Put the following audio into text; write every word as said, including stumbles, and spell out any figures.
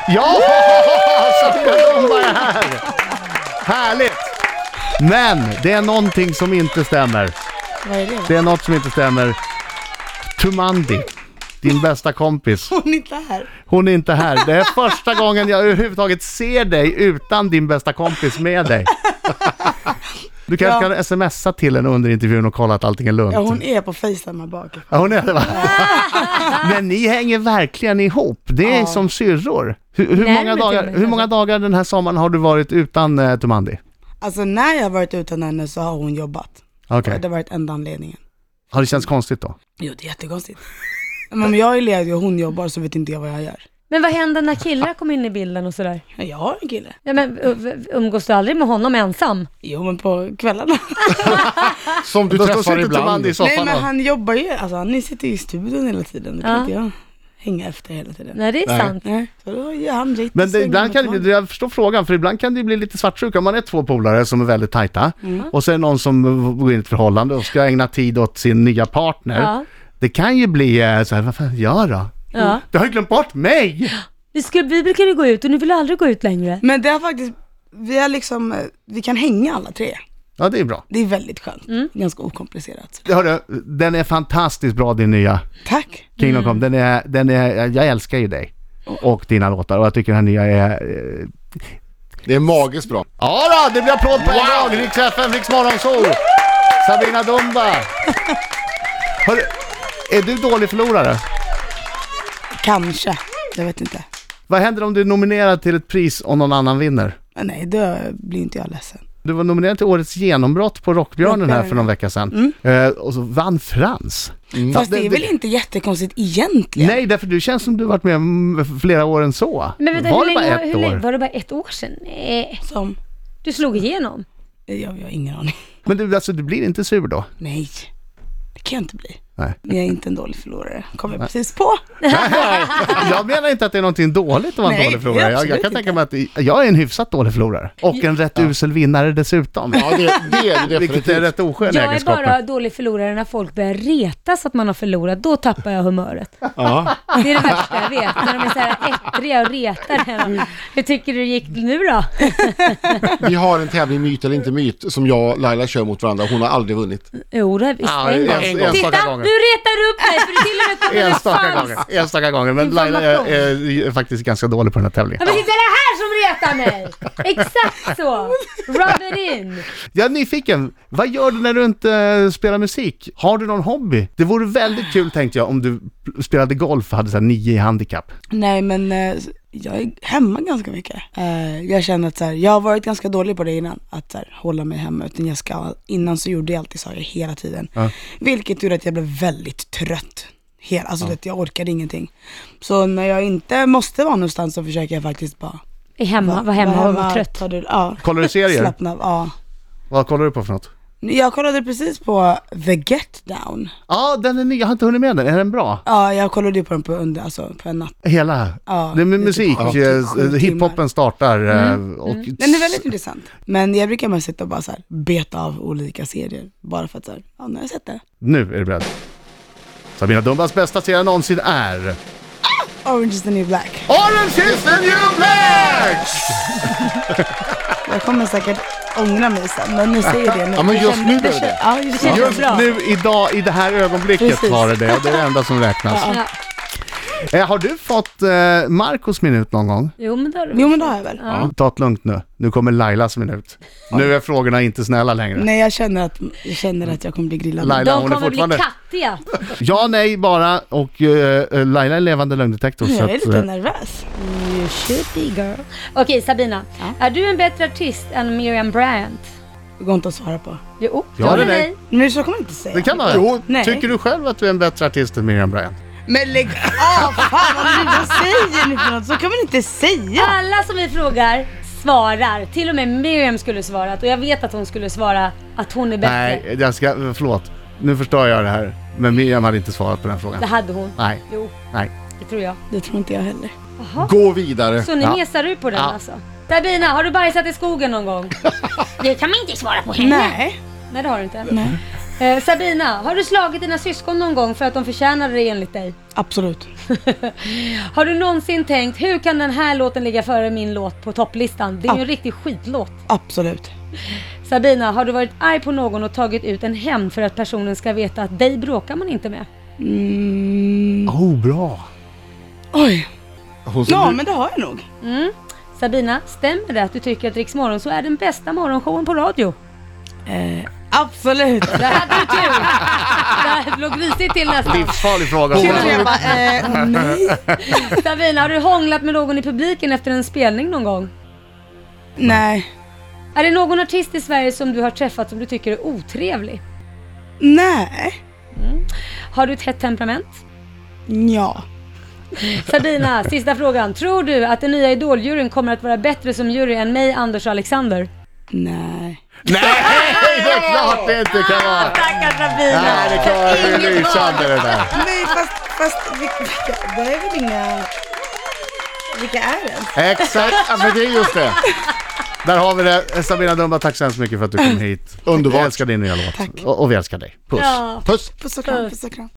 Ja, Sabina Dumba är här. Härligt. Men det är någonting som inte stämmer. Vad är det? Det är något som inte stämmer. Tumandi, din bästa kompis. Hon är inte här. Hon är inte här. Det är första gången jag överhuvudtaget ser dig utan din bästa kompis med dig. Du kanske Ja. kan smsa till henne under intervjun och kolla att allting är lugnt. Ja, hon är på FaceTime här bak. Ja, hon är det, va? Men ni hänger verkligen ihop. Det är Ja. som syrror. Hur, hur, Närmare många till dagar, mig, hur många dagar den här sommaren har du varit utan uh, Tumandi? Alltså när jag har varit utan henne så har hon jobbat. Okej. Det har varit enda anledningen. Har det känts konstigt då? Jo, det är jättekonstigt. Men om jag är ledig och hon jobbar så vet inte jag vad jag gör. Men vad händer när killar kommer in i bilden och sådär? Ja, jag har en kille. Ja, men umgås du aldrig med honom ensam? Jo, men på kvällarna. Som du Då- då träffar sitter ibland. Tumandi i soffan. Nej, men och- han jobbar ju, alltså han sitter ju i studion hela tiden. Då kan Ja. inte jag hänga efter hela tiden. Nej, det är Nej. sant. Nej, så då gör han lite. Men det, svänger ibland mot kan det, varandra. jag förstår frågan, för ibland kan det bli lite svartsjuka. Om man är två polare som är väldigt tajta och så är det någon som går in i ett förhållande och ska ägna tid åt sin nya partner. Ja. Det kan ju bli eh, så här, vad fan gör då? Ja. Du har ju glömt bort mig! Vi, skulle, vi brukade gå ut och nu vill du aldrig gå ut längre. Men det har faktiskt, vi har liksom, eh, vi kan hänga alla tre. Ja, det är bra. Det är väldigt skönt. Ganska okomplicerat. Hörru, den är fantastiskt bra, din nya Tack. Kingdom Come. Den är, den är, jag älskar ju dig och dina låtar och jag tycker den här nya är... Eh... Det är magiskt bra. Ja då, det blir applåd på en gång. Riks F M, Riks Morgonzoo. Sabina Dumba. Hörru, är du dålig förlorare? Kanske, jag vet inte. Vad händer om du är nominerad till ett pris och någon annan vinner? Men nej, då blir inte jag ledsen. Du var nominerad till årets genombrott på Rockbjörnen här Rockbjörnen. för någon vecka sedan. Eh, och så vann Frans. Fast det är väl inte jättekonstigt egentligen? Nej, därför du känns som du varit med m- flera år än så. Men vänta, var hur det bara länge, ett hur länge, år? var det bara ett år sedan? Nej, Som, du slog igenom. jag, jag har ingen aning. Men du, alltså, du blir inte sur då? Nej, det kan jag inte bli. Nej. Jag är inte en dålig förlorare, kommer jag precis på. Jag menar inte att det är någonting dåligt att vara en Nej, dålig förlorare. Jag, jag absolut kan tänka inte. mig att jag är en hyfsat dålig förlorare. Och en rätt usel vinnare dessutom. Ja, det, det är det Vilket är definitivt. rätt oskön Jag är egenskap. bara dålig förlorare när folk börjar retas att man har förlorat. Då tappar jag humöret. Ja. Det är det värsta jag vet. När de är så här ettriga och retar henne. Hur tycker du det gick nu då? Vi har en tävling myt eller inte myt som jag och Laila kör mot varandra. Hon har aldrig vunnit. Jo, det är visst. Ja, En gång. en- enstaka Titta, gånger. nu retar du upp mig för du till och med kommer med Enstaka falskt. gånger, enstaka gånger. Men Laila är, är, är faktiskt ganska dålig på den här tävlingen. Ja, men det är det här som retar mig. Exakt så. Rub it in. Jag är nyfiken. Vad gör du när du inte eh, spelar musik? Har du någon hobby? Det vore väldigt kul, tänkte jag, om du p- spelade golf och hade så här nio i handikapp. Nej, men eh, jag är hemma ganska mycket. Eh, jag känner att så här, jag har varit ganska dålig på det innan. Att så här, hålla mig hemma. Utan jag ska, innan så gjorde jag alltid saker hela tiden. Ja. Vilket gjorde att jag blev väldigt trött. Hela, alltså att jag orkade ingenting. Så när jag inte måste vara någonstans så försöker jag faktiskt bara Är hemma, var hemma och var trött. ta det, ja. Kollar du serier? Slappna av, ja. Vad kollar du på för något? Jag kollade precis på The Get Down. Ja, den är ny. Jag har inte hunnit med den. Är den bra? Ja, jag kollade ju på den på, under, alltså, på en natt. Hela? Ja, det är med det är musik. typ eh, sju timmar. Hiphopen startar. eh, Och Den är väldigt intressant. Men jag brukar bara sitta och bara så här, beta av olika serier. Bara för att så här, ja, nu har jag sett det. Nu är det beredd. Sabina Dumbas bästa serie någonsin är... Orange is the new black. Orange is the new black! Jag kommer säkert ångra mig sen, men nu säger jag det nu. Ja, men Det just känns- nu är det det känns- det. Ja, just Det känns nu. Just bra. nu, idag, i det här ögonblicket Precis. var det det. Och det är det enda som räknas. Ja. Eh, har du fått eh, Marcos minut någon gång? Jo, men det har du. Jo, men det har jag väl. Ja. Ta det lugnt nu. Nu kommer Lailas minut. Nu är frågorna inte snälla längre. Nej, jag känner att jag, känner att jag kommer bli grillad. Laila, De hon är kommer bli fortfarande... kattiga. Ja, nej, bara. Och uh, Laila är levande lögndetektor. Jag Så är att, lite eh, nervös. You should be girl. Okej, Sabina. Ja. Är du en bättre artist än Miriam Bryant? Det går inte att svara på. Jo, Ja eller nej? Men så kommer jag inte säga. det kan man. Jo, nej. Tycker du själv att du är en bättre artist än Miriam Bryant? Men lägg av! Fan, vad du vad säger ni för något? Så kan man inte säga. Alla som vi frågar svarar. Till och med Miriam skulle svarat. Och jag vet att hon skulle svara att hon är bättre. Nej, jag ska... Förlåt. Nu förstår jag det här. Men Miriam hade inte svarat på den frågan. Det hade hon. Nej, Jo, nej. det tror jag. Det tror inte jag heller. Jaha. Gå vidare. Så ni Ja. mesar ut på den Ja. alltså? Sabina, har du bajsat i skogen någon gång? Det kan man inte svara på heller. Nej. Nej, det har du inte. Nej. Eh, Sabina, har du slagit dina syskon någon gång för att de förtjänade det enligt dig? Absolut. Har du någonsin tänkt, hur kan den här låten ligga före min låt på topplistan? Det är ju Ja. en riktig skitlåt. Absolut. Sabina, har du varit arg på någon och tagit ut en hämnd för att personen ska veta att dig bråkar man inte med? Mm. Oh, bra. Oj. Hon som Ja, du- men det har jag nog. Mm. Sabina, stämmer det att du tycker att Rix Morgon så är den bästa morgonshowen på radio? Eh, absolut. Det här hade du tur. Det här låg risigt till nästan. Livsfarlig fråga. Känner jag bara, eh, nej. Sabina, har du hånglat med någon i publiken efter en spelning någon gång? Nej. Är det någon artist i Sverige som du har träffat som du tycker är otrevlig? Nej. Har du ett hett temperament? Ja. Sabina, sista frågan. Tror du att den nya Idol-juryn kommer att vara bättre som jury än mig, Anders och Alexander? Nej. Nej, det är klart det inte kan vara. Tackar Sabina. Nej, det kan vara Inget lysande det där. Nej, fast, fast vilka, vilka, det är väl inga... Vilka är det? Exakt, ja, men det är just det. Där har vi det. Sabina Dumba, tack så hemskt mycket för att du kom hit. Underbart. Jag älskar din nya låt. Tack. Och, och vi älskar dig. Puss. Ja. Puss. Puss och kram, puss och kram.